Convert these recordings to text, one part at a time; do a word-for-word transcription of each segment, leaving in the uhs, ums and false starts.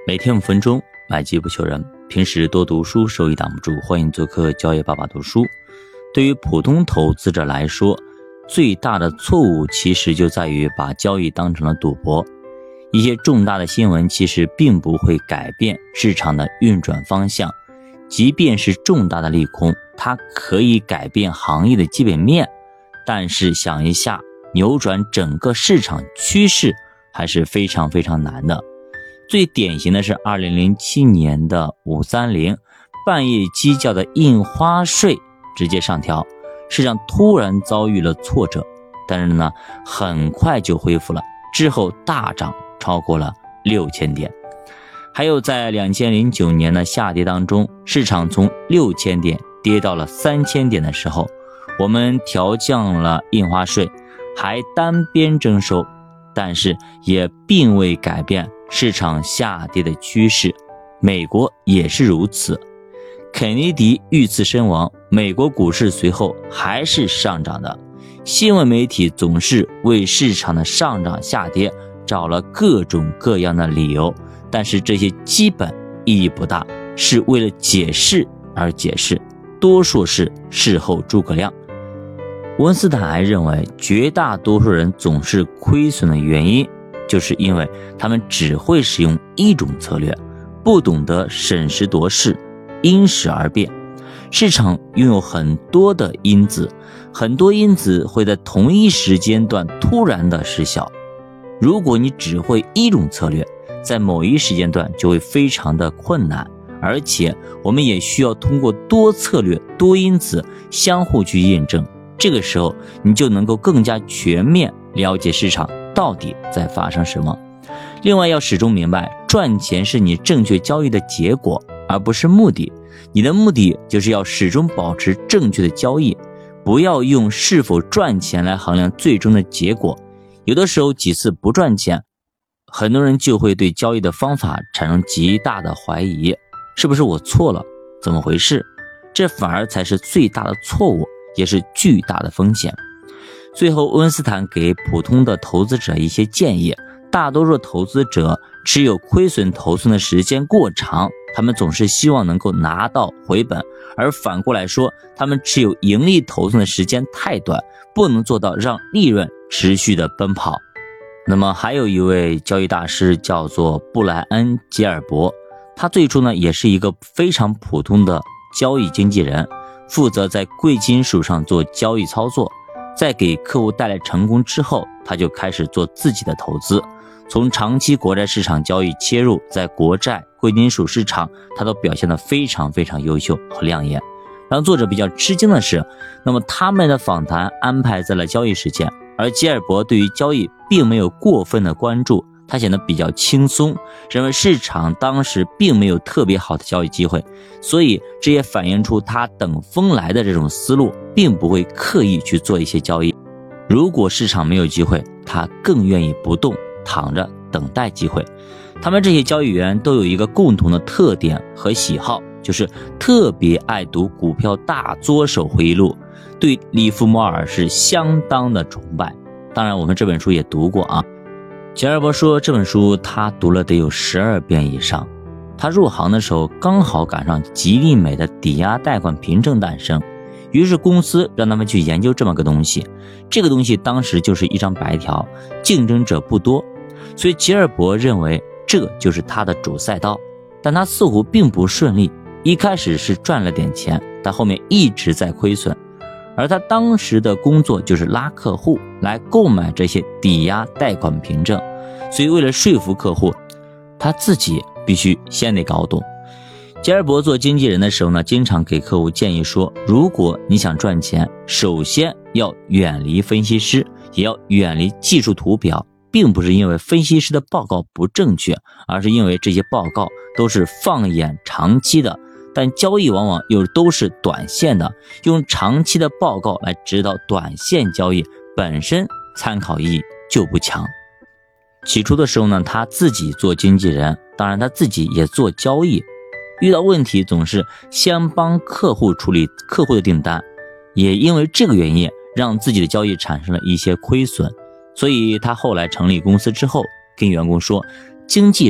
每天五分钟，买机不求人。平时多读书，收益挡不住。欢迎做客交易爸爸读书。对于普通投资者来说，最大的错误其实就在于把交易当成了赌博。一些重大的新闻其实并不会改变市场的运转方向，即便是重大的利空，它可以改变行业的基本面，但是想一下，扭转整个市场趋势还是非常非常难的。最典型的是二零零七年的五三零，半夜鸡叫的印花税直接上调，市场突然遭遇了挫折，但是呢，很快就恢复了，之后大涨超过了六千点。还有在二零零九年的下跌当中，市场从六千点跌到了三千点的时候，我们调降了印花税，还单边征收，但是也并未改变市场下跌的趋势。美国也是如此，肯尼迪遇刺身亡，美国股市随后还是上涨的。新闻媒体总是为市场的上涨下跌找了各种各样的理由，但是这些基本意义不大，是为了解释而解释，多数是事后诸葛亮。温斯坦还认为，绝大多数人总是亏损的原因，就是因为他们只会使用一种策略，不懂得审时度势，因时而变。市场拥有很多的因子，很多因子会在同一时间段突然的失效。如果你只会一种策略，在某一时间段就会非常的困难，而且我们也需要通过多策略、多因子相互去验证，这个时候你就能够更加全面了解市场到底在发生什么。另外要始终明白，赚钱是你正确交易的结果，而不是目的。你的目的就是要始终保持正确的交易，不要用是否赚钱来衡量最终的结果。有的时候几次不赚钱，很多人就会对交易的方法产生极大的怀疑，是不是我错了？怎么回事？这反而才是最大的错误，也是巨大的风险。最后，温斯坦给普通的投资者一些建议。大多数投资者持有亏损头寸的时间过长，他们总是希望能够拿到回本，而反过来说，他们持有盈利头寸的时间太短，不能做到让利润持续的奔跑。那么还有一位交易大师叫做布莱恩·吉尔伯，他最初呢也是一个非常普通的交易经纪人，负责在贵金属上做交易操作。在给客户带来成功之后，他就开始做自己的投资，从长期国债市场交易切入，在国债、贵金属市场他都表现得非常非常优秀和亮眼。让作者比较吃惊的是，那么他们的访谈安排在了交易时间，而吉尔伯对于交易并没有过分的关注，他显得比较轻松，认为市场当时并没有特别好的交易机会，所以这也反映出他等风来的这种思路，并不会刻意去做一些交易。如果市场没有机会，他更愿意不动，躺着等待机会。他们这些交易员都有一个共同的特点和喜好，就是特别爱读股票大作手回忆录，对里弗摩尔是相当的崇拜。当然我们这本书也读过啊。吉尔伯说这本书他读了得有十二遍以上。他入行的时候刚好赶上吉利美的抵押贷款凭证诞生，于是公司让他们去研究这么个东西。这个东西当时就是一张白条，竞争者不多，所以吉尔伯认为这就是他的主赛道。但他似乎并不顺利，一开始是赚了点钱，但后面一直在亏损。而他当时的工作就是拉客户来购买这些抵押贷款凭证，所以为了说服客户，他自己必须先得搞懂。吉尔伯做经纪人的时候呢，经常给客户建议说，如果你想赚钱，首先要远离分析师，也要远离技术图表，并不是因为分析师的报告不正确，而是因为这些报告都是放眼长期的，但交易往往又都是短线的，用长期的报告来指导短线交易，本身参考意义就不强。起初的时候呢，他自己做经纪人，当然他自己也做交易，遇到问题总是先帮客户处理客户的订单，也因为这个原因让自己的交易产生了一些亏损。所以他后来成立公司之后跟员工说，经纪人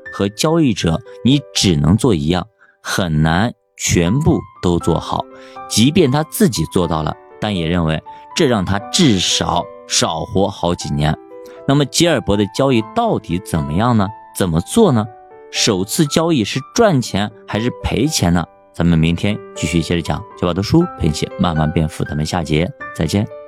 和交易者，你只能做一样，很难全部都做好。即便他自己做到了，但也认为这让他至少少活好几年。那么吉尔伯的交易到底怎么样呢？怎么做呢？首次交易是赚钱还是赔钱呢？咱们明天继续接着讲，小宝读书陪你慢慢变富，咱们下节再见。